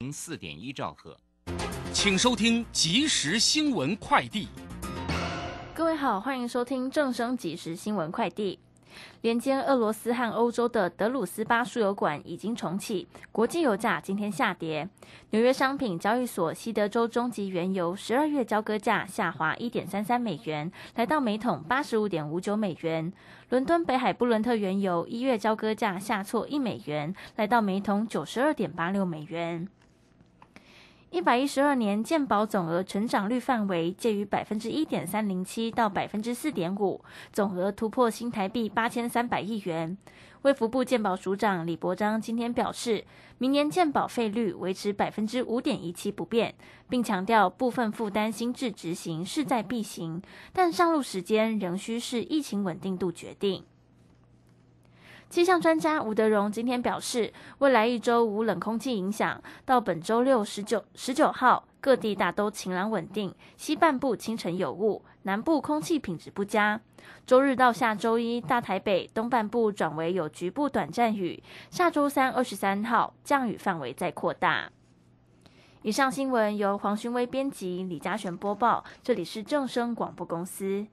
4.1兆赫。 请收听即时新闻快递。 各位好，欢迎收听正声即时新闻快递。连接俄罗斯和欧洲的德鲁斯巴输油管已经重启，国际油价今天下跌。纽约商品交易所西德州中级原油12月交割价下滑 1.33 美元，来到每桶 85.59 美元。伦敦北海布伦特原油1月交割价下挫1美元，来到每桶 92.86 美元。112年健保总额成长率范围介于 1.307% 到 4.5%， 总额突破新台币8300亿元。卫福部健保署长李伯璋今天表示，明年健保费率维持 5.17% 不变，并强调部分负担新制执行势在必行，但上路时间仍需视疫情稳定度决定。气象专家吴德荣今天表示，未来一周无冷空气影响，到本周六19号，各地大都晴朗稳定，西半部清晨有雾，南部空气品质不佳。周日到下周一，大台北东半部转为有局部短暂雨，下周三23号降雨范围再扩大。以上新闻由黄勋威编辑，李嘉璇播报，这里是正声广播公司。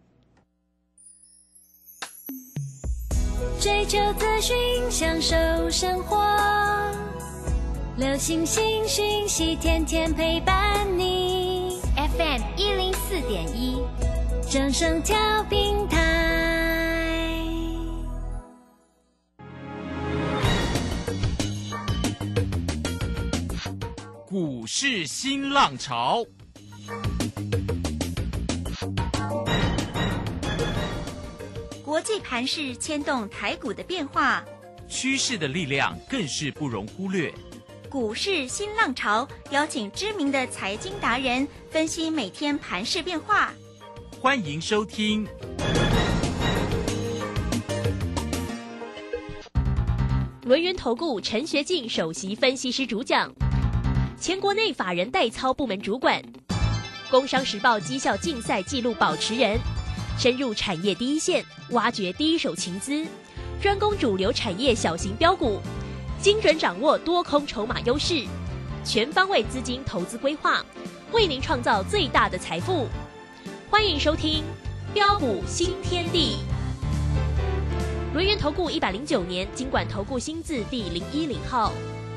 追求资讯，享受生活，流行新讯息，天天陪伴你。FM 104.1，正声调频台。 股市新浪潮。 国际盘势牵动台股的变化， 趋势的力量更是不容忽略。 股市新浪潮邀请知名的财经达人分析每天盘势变化。 欢迎收听轮源投顾陈学进首席分析师主讲，前国内法人代操部门主管，工商时报绩效竞赛纪录保持人，深入产业第一线，挖掘第一手情资，专攻主流产业小型标股，精准掌握多空筹码优势，全方位资金投资规划，为您创造最大的财富。欢迎收听标股新天地。轮源投顾109年金管投顾新字第010号。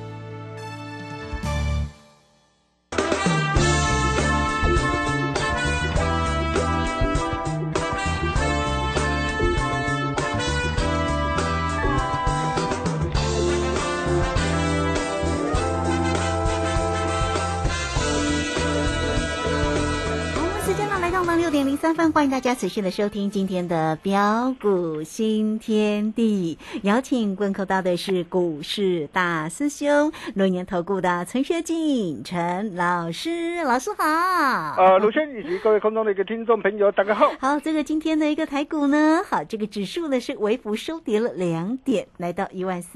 6点03分，欢迎大家持续的收听今天的标股新天地，邀请问候到的是股市大师兄轮源投顾的陈学进陈老师，老师好。 卢轩以及各位空中的一个听众朋友，大家好。 好，这个今天的一个台股呢，好，这个指数呢是微幅收跌了2点，来到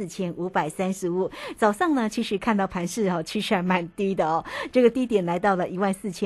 14535。早上呢，其实看到盘势其实还蛮低的哦，这个低点来到了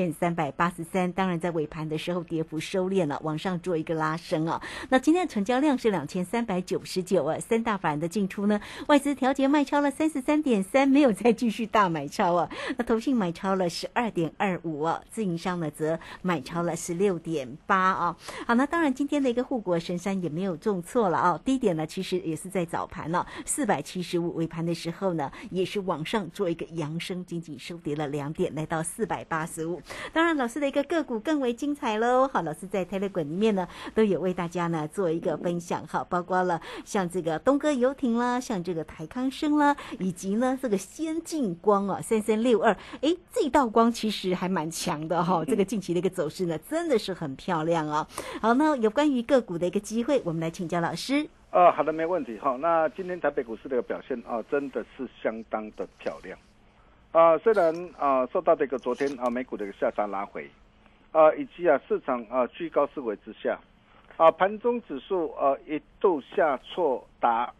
14383，当然在尾盘的时候跌幅收敛了，往上做一个拉升啊。那今天的成交量是2399啊，三大法人的进出呢，外资调节卖超了33.3，没有再继续大买超啊。那投信买超了12.25啊，自营商呢则买超了16.8啊。好，那当然今天的一个护国神山也没有重挫了啊，低点呢其实也是在早盘了475，尾盘的时候呢也是往上做一个扬升，仅仅收跌了2点，来到485。当然老师的一个个股更为精彩喽。好，老师在 Telegram 里面呢都有为大家呢做一个分享，好，包括了像这个东哥游艇啦，像这个台康生啦，以及呢这个先进光啊3362，这道光其实还蛮强的哈，这个近期的一个走势呢真的是很漂亮啊。好，那有关于个股的一个机会，我们来请教老师。 好的，没问题哈。那今天台北股市的一个表现真的是相当的漂亮。虽然受到这个昨天美股的一个下杀拉回，以及市场居高思维之下，盘中指数一度下挫达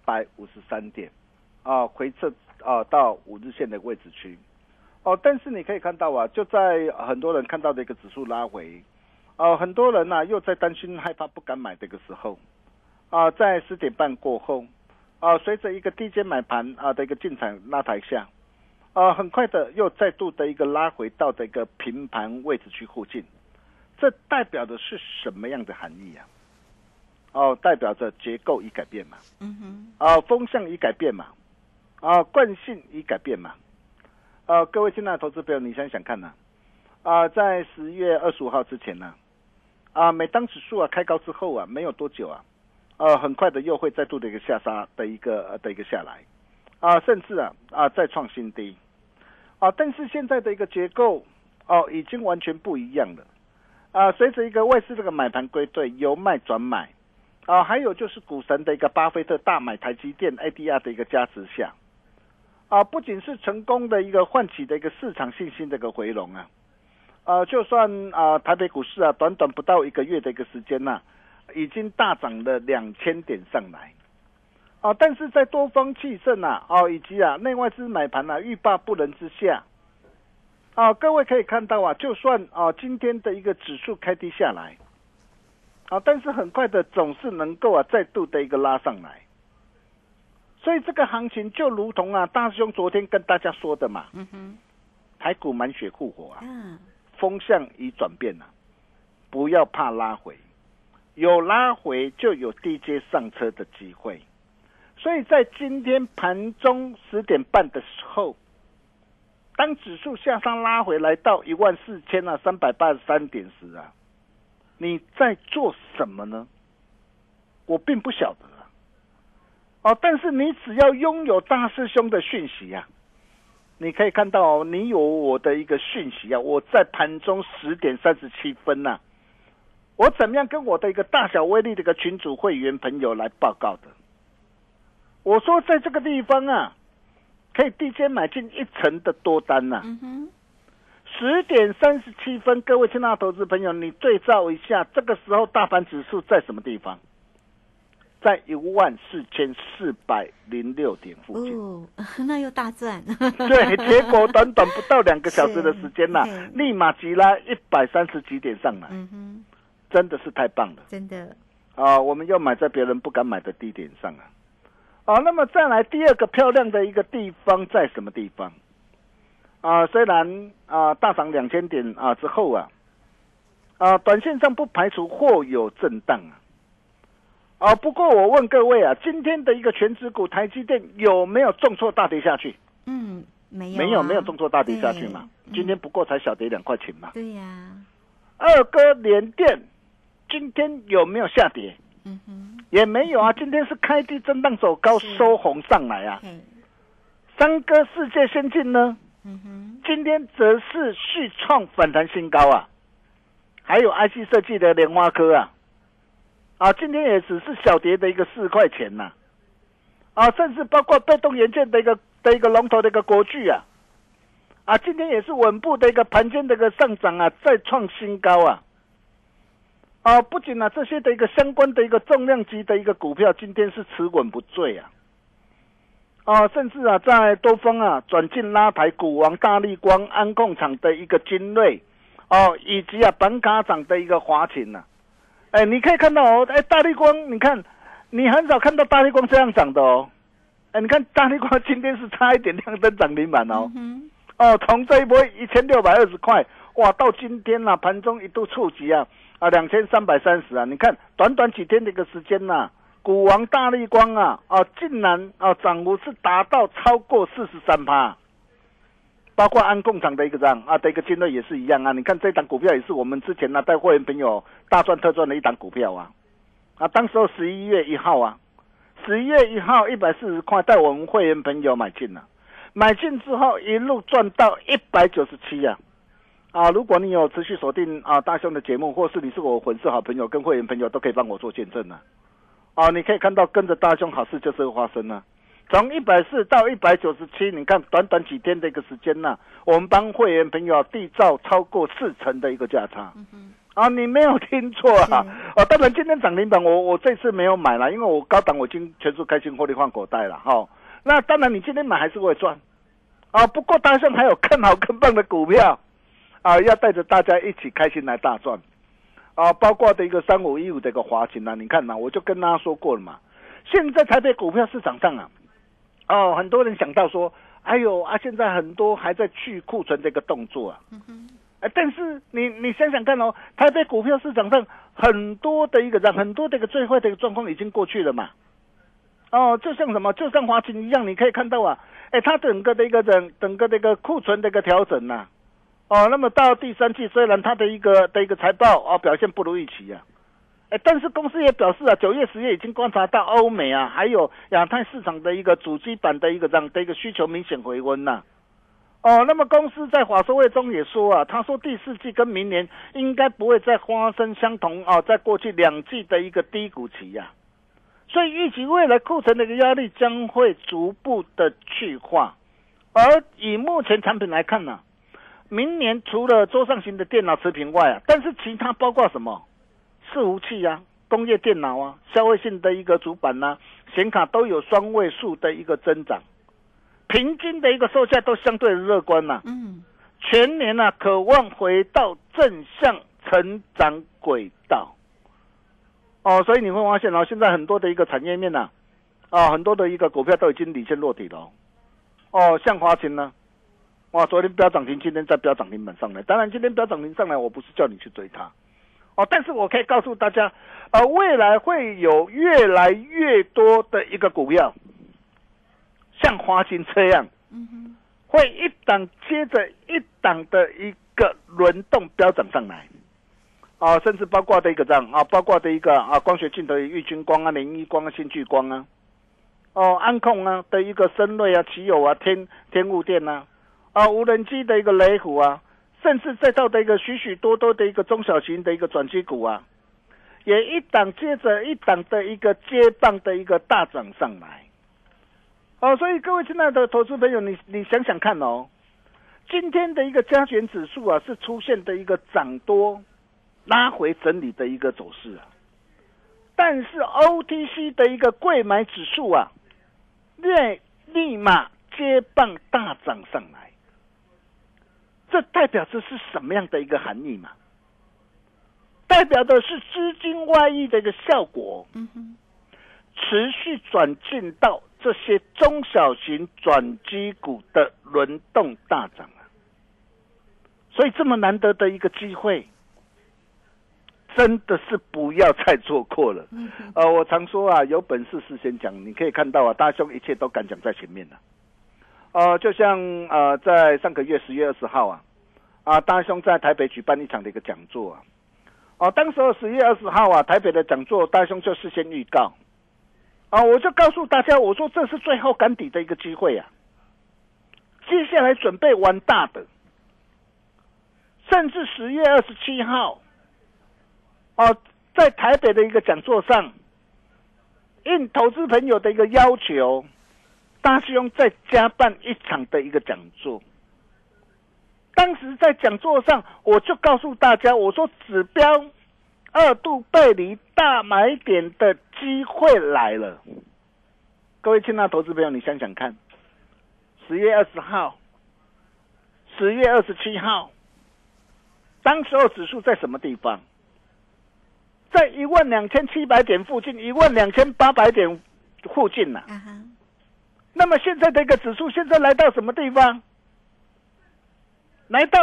153点，回撤到5日线的位置区。但是你可以看到就在很多人看到的一个指数拉回，很多人又在担心害怕不敢买的一个时候，在10点半过后，随着一个低阶买盘的一个进场拉抬下， 很快的又再度的一个拉回到的一个平盘位置区附近，这代表的是什么样的含义啊？代表着结构已改变嘛，风向已改变嘛，惯性已改变嘛，各位亲爱的投资朋友，你想想看呢，在10月25号之前呢，每当指数开高之后没有多久很快的又会再度的一个下杀的一个下来。甚至再创新低但是现在的一个结构已经完全不一样了随着一个外资这个买盘归队，由卖转买还有就是股神的一个巴菲特大买台积电 ADR 的一个加持下不仅是成功的一个唤起的一个市场信心的一个回笼就算台北股市短短不到1个月的一个时间已经大涨了2000点上来但是在多方气盛以及内外资买盘欲罢不能之下各位可以看到就算今天的一个指数开低下来但是很快的总是能够再度的一个拉上来，所以这个行情就如同大师兄昨天跟大家说的嘛，台股满血复活风向已转变了，不要怕拉回，有拉回就有低阶上车的机会。所以在今天盘中10点半的时候，当指数向上拉回来到14383点时你在做什么呢？我并不晓得但是你只要拥有大师兄的讯息你可以看到你有我的一个讯息我在盘中10点37分我怎么样跟我的一个大小威力的一个群组会员朋友来报告的？我说在这个地方可以低阶买进1成的多单10点37分，各位亲爱的投资朋友，你对照一下，这个时候大盘指数在什么地方？在14406点附近那又大赚对，结果短短不到2个小时的时间立马急拉130几点上来真的是太棒了， 真的我们又买在别人不敢买的低点上那么再来第二个漂亮的一个地方在什么地方虽然大涨2000点之后短线上不排除或有震荡不过我问各位今天的一个全指股台积电有没有重挫大跌下去？ 没有没有重挫大跌下去嘛？今天不过才小跌2块钱嘛。 对呀。 二哥联电今天有没有下跌？也没有今天是开低震荡走高收红上来三哥世界先进呢今天则是续创反弹新高还有 IC 设计的联发科今天也只是小跌的一个4块钱甚至包括被动元件的一个龙头的一个国巨今天也是稳步的一个盘间的一个上涨再创新高不仅这些的一个相关的一个重量级的一个股票今天是持稳不坠甚至在多方转进拉抬股王大立光、安控厂的一个精锐以及板卡厂的一个华勤你可以看到大立光，你看你很少看到大立光这样涨的你看大立光今天是差一点亮灯涨停板从这一波1620块哇到今天盘中一度触及2330你看短短几天的一个时间股王大立光竟然涨幅是达到超过43%，包括安控厂的一个涨的一个精锐也是一样你看这档股票也是我们之前带会员朋友大赚特赚的一档股票当时候11月1号11月1号140块带我们会员朋友买进买进之后一路赚到197如果你有持续锁定大兄的节目，或是你是我粉丝好朋友跟会员朋友，都可以帮我做见证你可以看到跟着大兄好事就是会发生从140到197，你看短短几天的一个时间我们帮会员朋友缔造超过4成的一个价差你没有听错当然今天涨停板我这次没有买了，因为我高档我已经全数开心获利换口袋了那当然你今天买还是会赚不过大兄还有更好更棒的股票要带着大家一起开心来大赚包括的一个3515的一个华勤你看我就跟大家说过了嘛，现在台北股票市场上很多人想到说哎呦啊，现在很多还在去库存的一个动作啊。但是你想想看哦，台北股票市场上很多的一个最坏的一个状况已经过去了嘛。哦，就像什么，就像华勤一样，你可以看到啊，它整个的一个库存的一个调整呐。哦，那么到第三季，虽然它的一个财报表现不如预期啊，但是公司也表示啊，9月、10月已经观察到欧美啊，还有亚太市场的一个主机板的一个这样的一个需求明显回温呐。哦，那么公司在法说会中也说啊，他说第4季跟明年应该不会再发生相同在过去2季的一个低谷期呀。所以预期未来库存的一个压力将会逐步的去化，而以目前产品来看呢，明年除了桌上型的电脑持平外啊，但是其他包括什么伺服器啊、工业电脑啊、消费性的一个主板啊、显卡都有双位数的一个增长，平均的一个售价都相对乐观呐。全年啊可望回到正向成长轨道。哦，所以你会发现现在很多的一个产业面呐，很多的一个股票都已经领先落底了。哦，像华勤呢，哇，昨天飙涨停，今天再飙涨停板上来。当然，今天飙涨停上来，我不是叫你去追它，但是我可以告诉大家，未来会有越来越多的一个股票，像华勤这样，会一档接着一档的一个轮动飙涨上来。甚至包括的一个这样包括的一个光学镜头的玉晶光啊、联一光啊、新巨光啊，安控啊的一个深瑞啊、奇友啊、天物电啊，无人机的一个雷虎啊，甚至再到的一个许许多多的一个中小型的一个转机股啊，也一档接着一档的一个接棒的一个大涨上来。所以各位亲爱的投资朋友，你想想看哦，今天的一个加权指数啊是出现的一个涨多拉回整理的一个走势啊，但是 OTC 的一个柜买指数啊，立马接棒大涨上来，这代表这是什么样的一个含义嘛？代表的是资金外溢的一个效果，持续转进到这些中小型转机股的轮动大涨啊，所以这么难得的一个机会，真的是不要再错过了。我常说啊，有本事事先讲，你可以看到啊，大兄一切都敢讲在前面了。就像在上个月10月20号大兄在台北举办一场的一个讲座啊。当时10月20号啊，台北的讲座，大兄就事先预告我就告诉大家，我说这是最后赶底的一个机会啊，接下来准备玩大的，甚至10月27号。在台北的一个讲座上，应投资朋友的一个要求，大兄再加办一场的一个讲座。当时在讲座上，我就告诉大家，我说指标2度背离大买点的机会来了。各位亲爱的投资朋友，你想想看，10月20号、10月27号，当时候指数在什么地方？在12700点附近，12800点附近呐。那么现在的一个指数现在来到什么地方？来到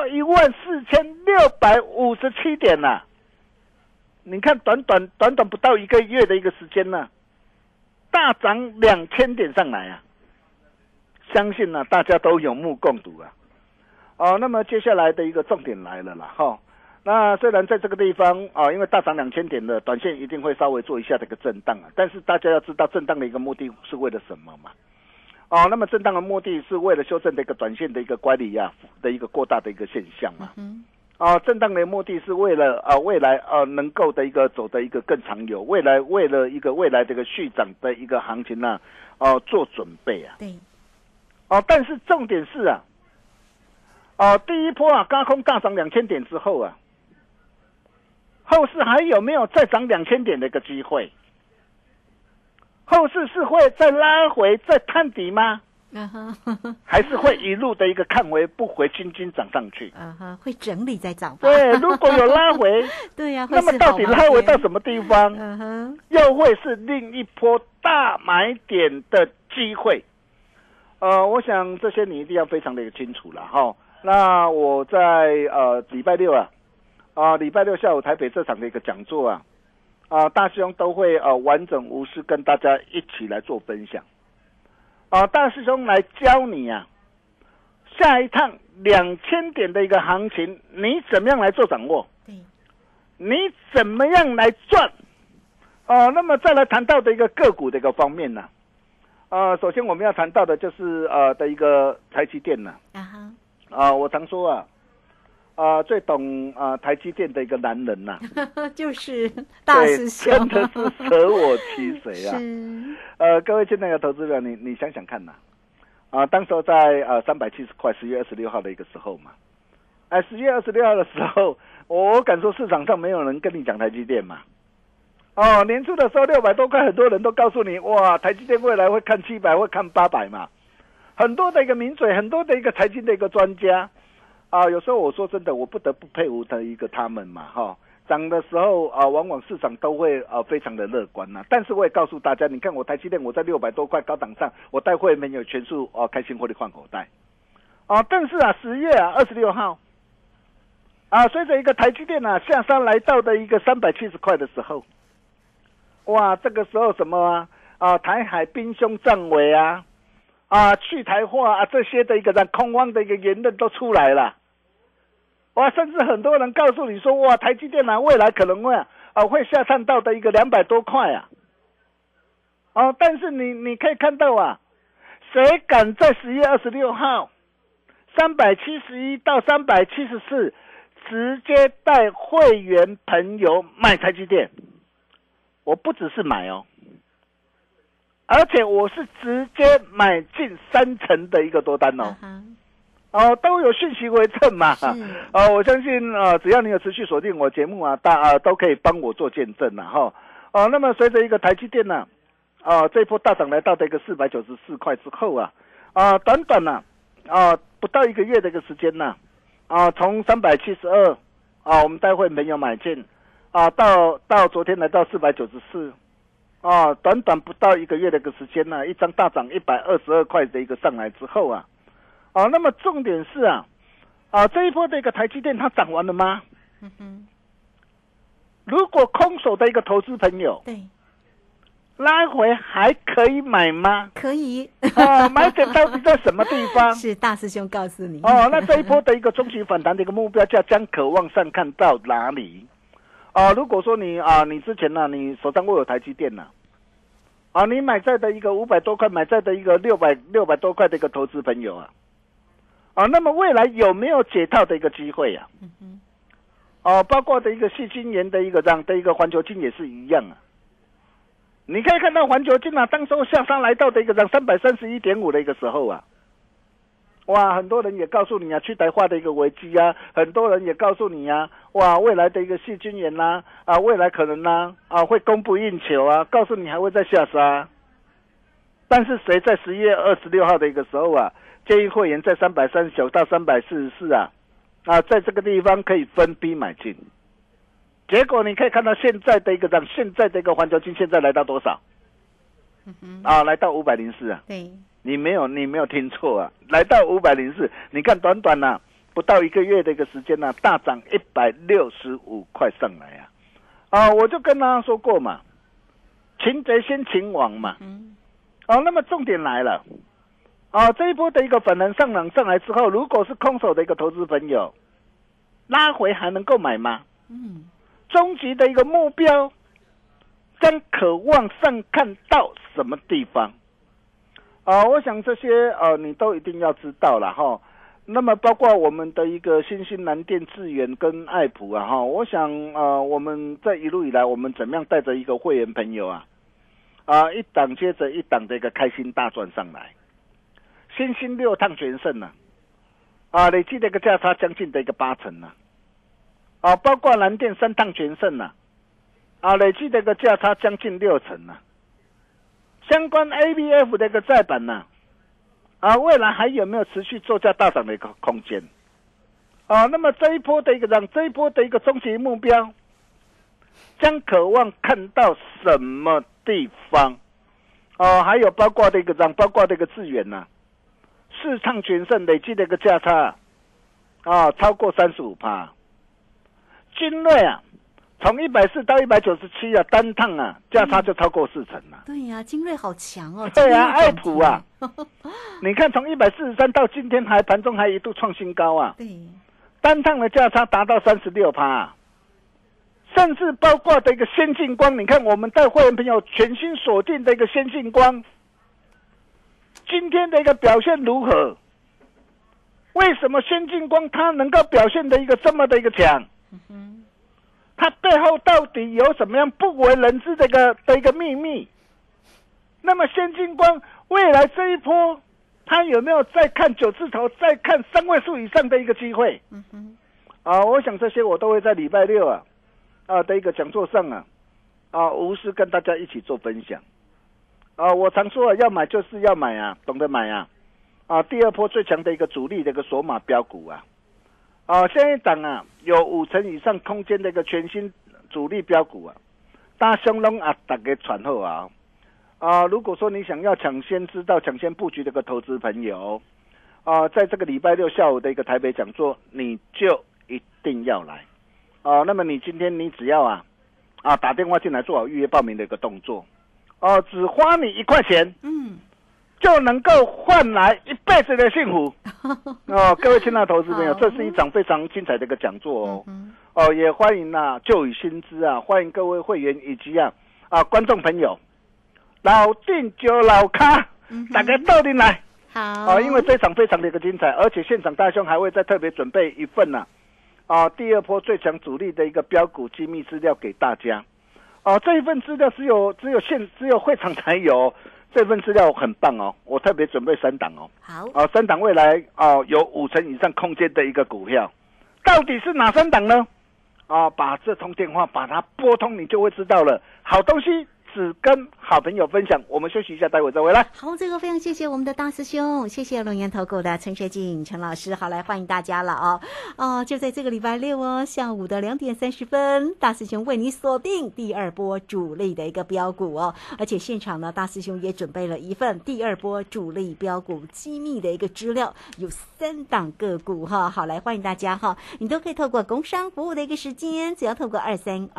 14657点呐。你看短短不到1个月的一个时间呢，大涨2000点上来啊！相信呢大家都有目共睹啊。那么接下来的一个重点来了啦哈。那虽然在这个地方因为大涨2000点的短线一定会稍微做一下的一个震荡但是大家要知道震荡的一个目的是为了什么嘛？那么震荡的目的是为了修正的一个短线的一个乖离的一个过大的一个现象嘛。震荡的目的是为了未来能够的一个走的一个更长久，为了一个未来的一个续涨的一个行情做准备啊。 对。 但是重点是第一波高空大涨2000点之后后市还有没有再涨2000点的一个机会？后市是会再拉回再探底吗？还是会一路的一个看回不回，轻轻涨上去？ 会整理再涨吧？ 对，如果有拉回， 对呀， 那么到底拉回到什么地方？又会是另一波大买点的机会。 我想这些你一定要非常的清楚了哈。那我在礼拜六礼拜六下午台北这场的一个讲座大师兄都会完整无私跟大家一起来做分享大师兄来教你下一趟2000点的一个行情，你怎么样来做掌握？ 对， 你怎么样来赚？那么再来谈到的一个个股的一个方面呢？首先我们要谈到的就是的一个台积电呢。我常说最懂台积电的一个男人呐， 就是大师兄， 真的是舍我其谁啊！ 是各位亲爱的投资者，你想想看呐，当时候在370块10月26号的一个时候嘛，10月26号的时候，我敢说市场上没有人跟你讲台积电嘛。年初的时候600多块，很多人都告诉你，哇，台积电未来会看700，会看800嘛。很多的一个名嘴，很多的一个财经的一个专家，有时候我说真的，我不得不佩服的一个他们嘛，涨的时候往往市场都会非常的乐观呐。但是我也告诉大家，你看我台积电，我在600多块高档上，我带会没有全数开心获利换口袋，但是10月26号，随着一个台积电下山来到的一个370块的时候，哇，这个时候什么台海兵凶战危去台化这些的一个空方的一个言论都出来了，哇，甚至很多人告诉你说，哇，台积电未来可能会下探到的一个200多块但是你可以看到谁敢在10月26号371到374直接带会员朋友买台积电？我不只是买而且我是直接买进30%的一个多单都有讯息为证嘛。我相信只要你有持续锁定我节目都可以帮我做见证那么随着一个台积电这一波大涨来到的一个494块之后短短不到1个月的一个时间从372我们待会没有买进到昨天来到494短短不到1个月的一个时间一张大涨122块的一个上来之后那么重点是这一波的一个台积电它涨完了吗？如果空手的一个投资朋友， 对， 拉回还可以买吗？ 可以买点到底在什么地方？ 是大师兄告诉你那这一波的一个中期反弹的一个目标价将可望上看到哪里？如果说你之前你手上握有台积电你买在的一个500多块，买在的一个600多块的一个投资朋友那么未来有没有解套的一个机会包括的一个矽晶圆的一个这样的一个环球晶也是一样你可以看到环球晶当时候下山来到的一个这样331.5的一个时候哇，很多人也告诉你去台化的一个危机很多人也告诉你哇，未来的一个矽晶圆未来可能会供不应求告诉你还会再下杀。但是谁在10月26号的一个时候建议会员在339到344在这个地方可以分批买进。结果你可以看到现在的一个环球晶现在来到多少？来到504 对。 你没有听错来到504，你看短短不到1个月的一个时间大涨165块上来我就跟大家说过嘛，擒贼先擒王嘛。那么重点来了这一波的一个反弹上来之后，如果是空手的一个投资朋友，拉回还能够买吗？终极的一个目标将可望上看到什么地方？我想这些你都一定要知道了那么包括我们的一个新兴南电、智原跟爱普我想我们这一路以来，我们怎么样带着一个会员朋友一档接着一档的一个开心大赚上来，新兴6趟全胜累计的一个价差将近的一个80%包括南电3趟全胜累计的一个价差将近60%相关 ABF 的一个再版未来还有没有持续作价大涨的一个空间那么这一波的一个终极目标将渴望看到什么地方还有包括的一个智原 4趟全胜累计的一个价差超过 35%。精锐啊，从140到197单趟价差就超过4成了。 对呀，精锐好强哦。 对啊，爱普啊，你看从143到今天盘中还一度创新高啊。 对， 单趟的价差达到 36%。甚至包括的一个先进光，你看我们带会员朋友全新锁定的一个先进光，今天的一个表现如何？为什么先进光它能够表现的一个这么的一个强？它背后到底有什么样不为人知的一个秘密？那么先进光未来这一波，它有没有再看9字头、再看3位数以上的一个机会？我想这些我都会在礼拜六的一个讲座上无私跟大家一起做分享。我常说要买就是要买懂得买第二波最强的一个主力的一个锁码标股现一档有5成以上空间的一个全新主力标股大兄拢大家传后如果说你想要抢先知道、抢先布局的一个投资朋友在这个礼拜六下午的一个台北讲座，你就一定要来。那么你今天你只要打电话进来做好预约报名的一个动作，只花你1块钱，就能够换来一辈子的幸福。各位亲爱的投资朋友，这是一场非常精彩的一个讲座也欢迎旧与新知欢迎各位会员以及观众朋友，老定就老咖，大家到底来好因为这场非常的一个精彩，而且现场大兄还会再特别准备一份第二波最强主力的一个标股机密资料给大家。这一份资料只有会场才有，这份资料很棒我特别准备3档好 3档未来有5成以上空间的一个股票，到底是哪3档呢？把这通电话把它拨通，你就会知道了。好东西只跟好朋友分享。我们休息一下，待会再回来。 好，这个非常谢谢我们的大师兄，谢谢龙岩投顾的陈学进陈老师。好，来欢迎大家了就在这个礼拜六下午的2点30分，大师兄为你锁定第二波主力的一个标股而且现场呢，大师兄也准备了一份第二波主力标股机密的一个资料，有3档个股好，来欢迎大家你都可以透过工商服务的一个时间，只要透过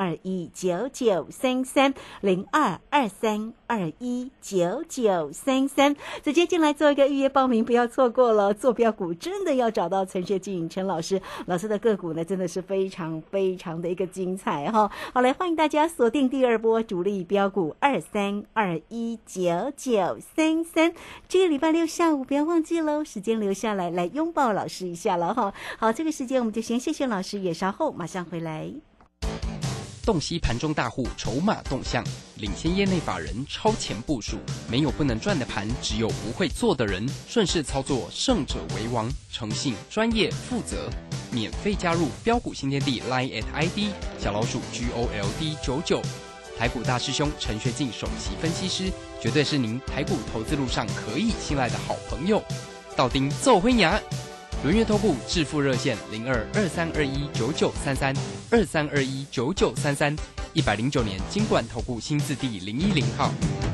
232199330223219933直接进来做一个预约报名，不要错过了。做标股真的要找到陈学进陈老师的个股呢，真的是非常非常的一个精彩好，来欢迎大家锁定第二波主力标股23219933。这个礼拜六下午不要忘记喽，时间留下来拥抱老师一下了好，这个时间我们就先谢谢老师，也稍后马上回来。 洞悉盘中大户筹码动向，领先业内法人超前部署，没有不能赚的盘，只有不会做的人。顺势操作，胜者为王。诚信、专业、负责，免费加入标股新天地 Line ID 小老鼠 GOLD99。台股大师兄陈学进首席分析师，绝对是您台股投资路上可以信赖的好朋友。道丁奏辉牙。轮月投顾致富热线0223219933，23219933，109年金管投顾新字第010号。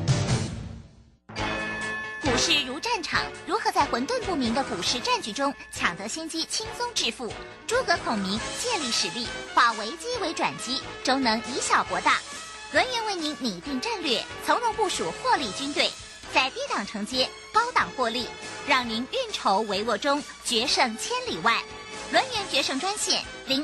股市如战场，如何在混沌不明的股市战局中抢得先机，轻松致富？诸葛孔明借力使力，化危机为转机，终能以小博大。轮源为您拟定战略，从容部署获利军队，在低档承接，高档获利，让您运筹帷幄中决胜千里外。轮源决胜专线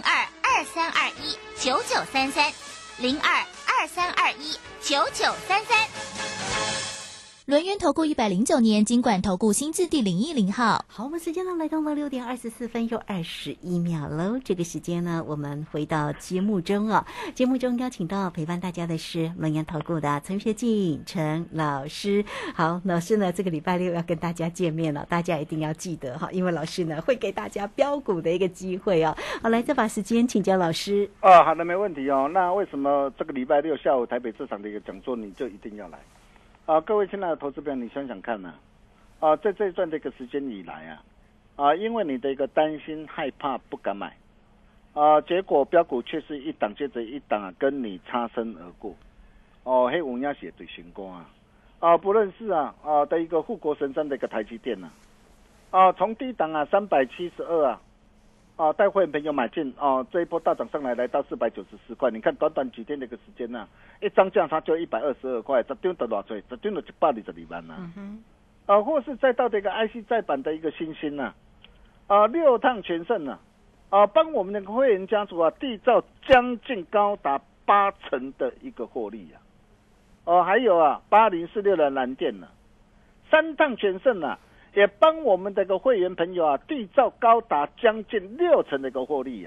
0223219933，0223219933。 轮源投顾109年金管投顾新字第010号。 好，我们时间呢来到了6点24分又21秒喽。这个时间呢，我们回到节目中节目中邀请到陪伴大家的是轮源投顾的陈学进陈老师。好，老师呢这个礼拜六要跟大家见面了，大家一定要记得因为老师呢会给大家标股的一个机会好，来再把时间请教老师。 好的，没问题那为什么这个礼拜六下午台北这场的一个讲座你就一定要来？各位亲爱的投资朋友，你想想看在这一段的一个时间以来因为你的一个担心、害怕、不敢买结果标股却是一档接着一档跟你擦身而过黑有影是对成功不论是的一个护国神山的一个台积电从低档372带会员朋友买进这一波大涨上来到494块，你看短短几天的一个时间一张价差就122块，这张就多少钱？这张就122万或是再到这个 IC 载板的一个新兴6趟全胜帮我们的会员家族缔造将近高达80%的一个获利还有8046的蓝电3趟全胜也帮我们的一个会员朋友缔造高达将近60%的一个获利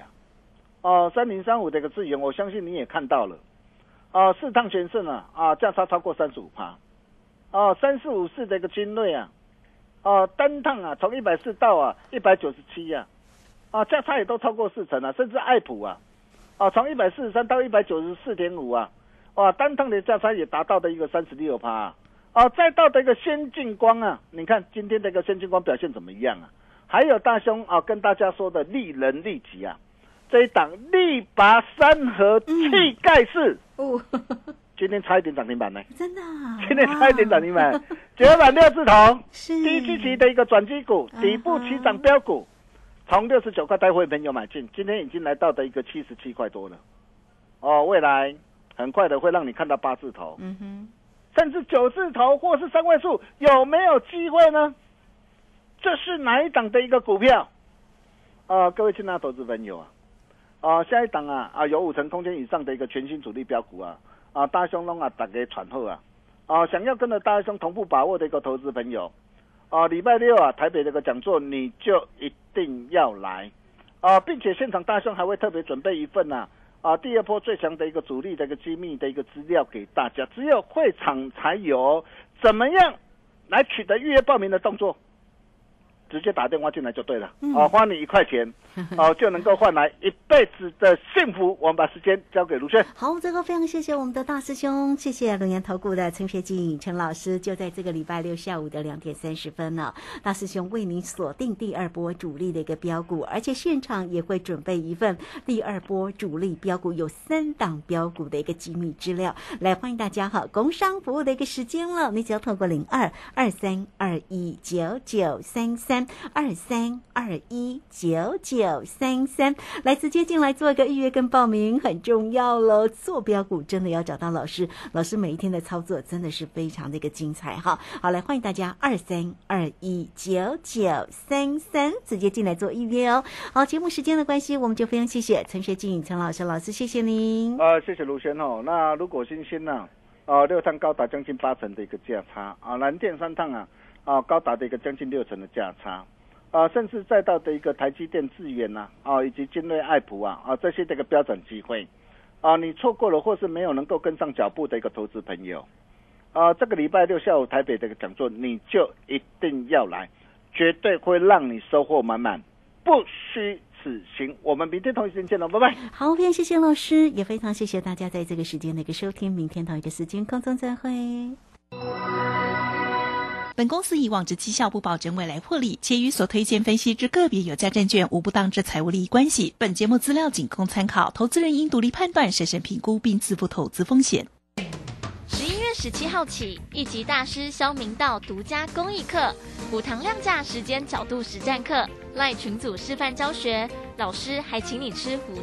3035的一个智原，我相信你也看到了4趟全胜价差超过35%3454的一个精锐单趟从140到197价差也都超过40%甚至爱普从143到194.5单趟的价差也达到的一个36%再到的一个先进光你看今天的一个先进光表现怎么样还有大兄跟大家说的利人利己这一档力拔山河气盖世今天差一点涨停板呢， 真的今天差一点涨停板9板6字头，低基期的一个转机股，底部起涨标股，从69块带会朋友买进，今天已经来到的一个77块多了未来很快的会让你看到8字头甚至9字头或是3位数，有没有机会呢？这是哪一档的一个股票？各位亲爱的投资朋友下一档有50%空间以上的一个全新主力标股大兄拢大家传好想要跟着大兄同步把握的一个投资朋友礼拜6台北这个讲座你就一定要来并且现场大兄还会特别准备一份第二波最强的一个主力的一个机密的一个资料给大家，只有会场才有。怎么样来取得预约报名的动作？直接打电话进来就对了花你1块钱就能够换来一辈子的幸福。我们把时间交给卢轩。 好，这个非常谢谢我们的大师兄，谢谢龙岩投顾的陈学进陈老师，就在这个礼拜6下午的2点30分大师兄为您锁定第二波主力的一个标股，而且现场也会准备一份第二波主力标股有3档标股的一个机密资料，来欢迎大家工商服务的一个时间了，你只要透过02-2321-99332321-9933来直接进来做一个预约跟报名，很重要了。做标股真的要找到老师，老师每一天的操作真的是非常的一个精彩好，来欢迎大家2321-9933直接进来做预约好，节目时间的关系，我们就非常谢谢陈学进陈老师，老师谢谢您。 谢谢卢轩那如果新兴6趟高达将近80%的一个价差蓝电3趟高达的一个将近60%的价差甚至再到的一个台积电、智原以及精锐、爱普这些的一个标准机会你错过了或是没有能够跟上脚步的一个投资朋友这个礼拜6下午台北的一个讲座你就一定要来，绝对会让你收获满满，不虚此行。我们明天同一时间见了，拜拜。 好，非常谢谢老师，也非常谢谢大家在这个时间的一个收听，明天同一个时间空中再会。 本公司以往之绩效不保证未来获利，且与所推荐分析之个别有价证券无不当之财务利益关系。本节目资料仅供参考，投资人应独立判断、审慎评估并自负投资风险。 11月17号起，一级大师萧明道独家公益课，补堂量价时间角度实战课，LINE群组示范教学，老师还请你吃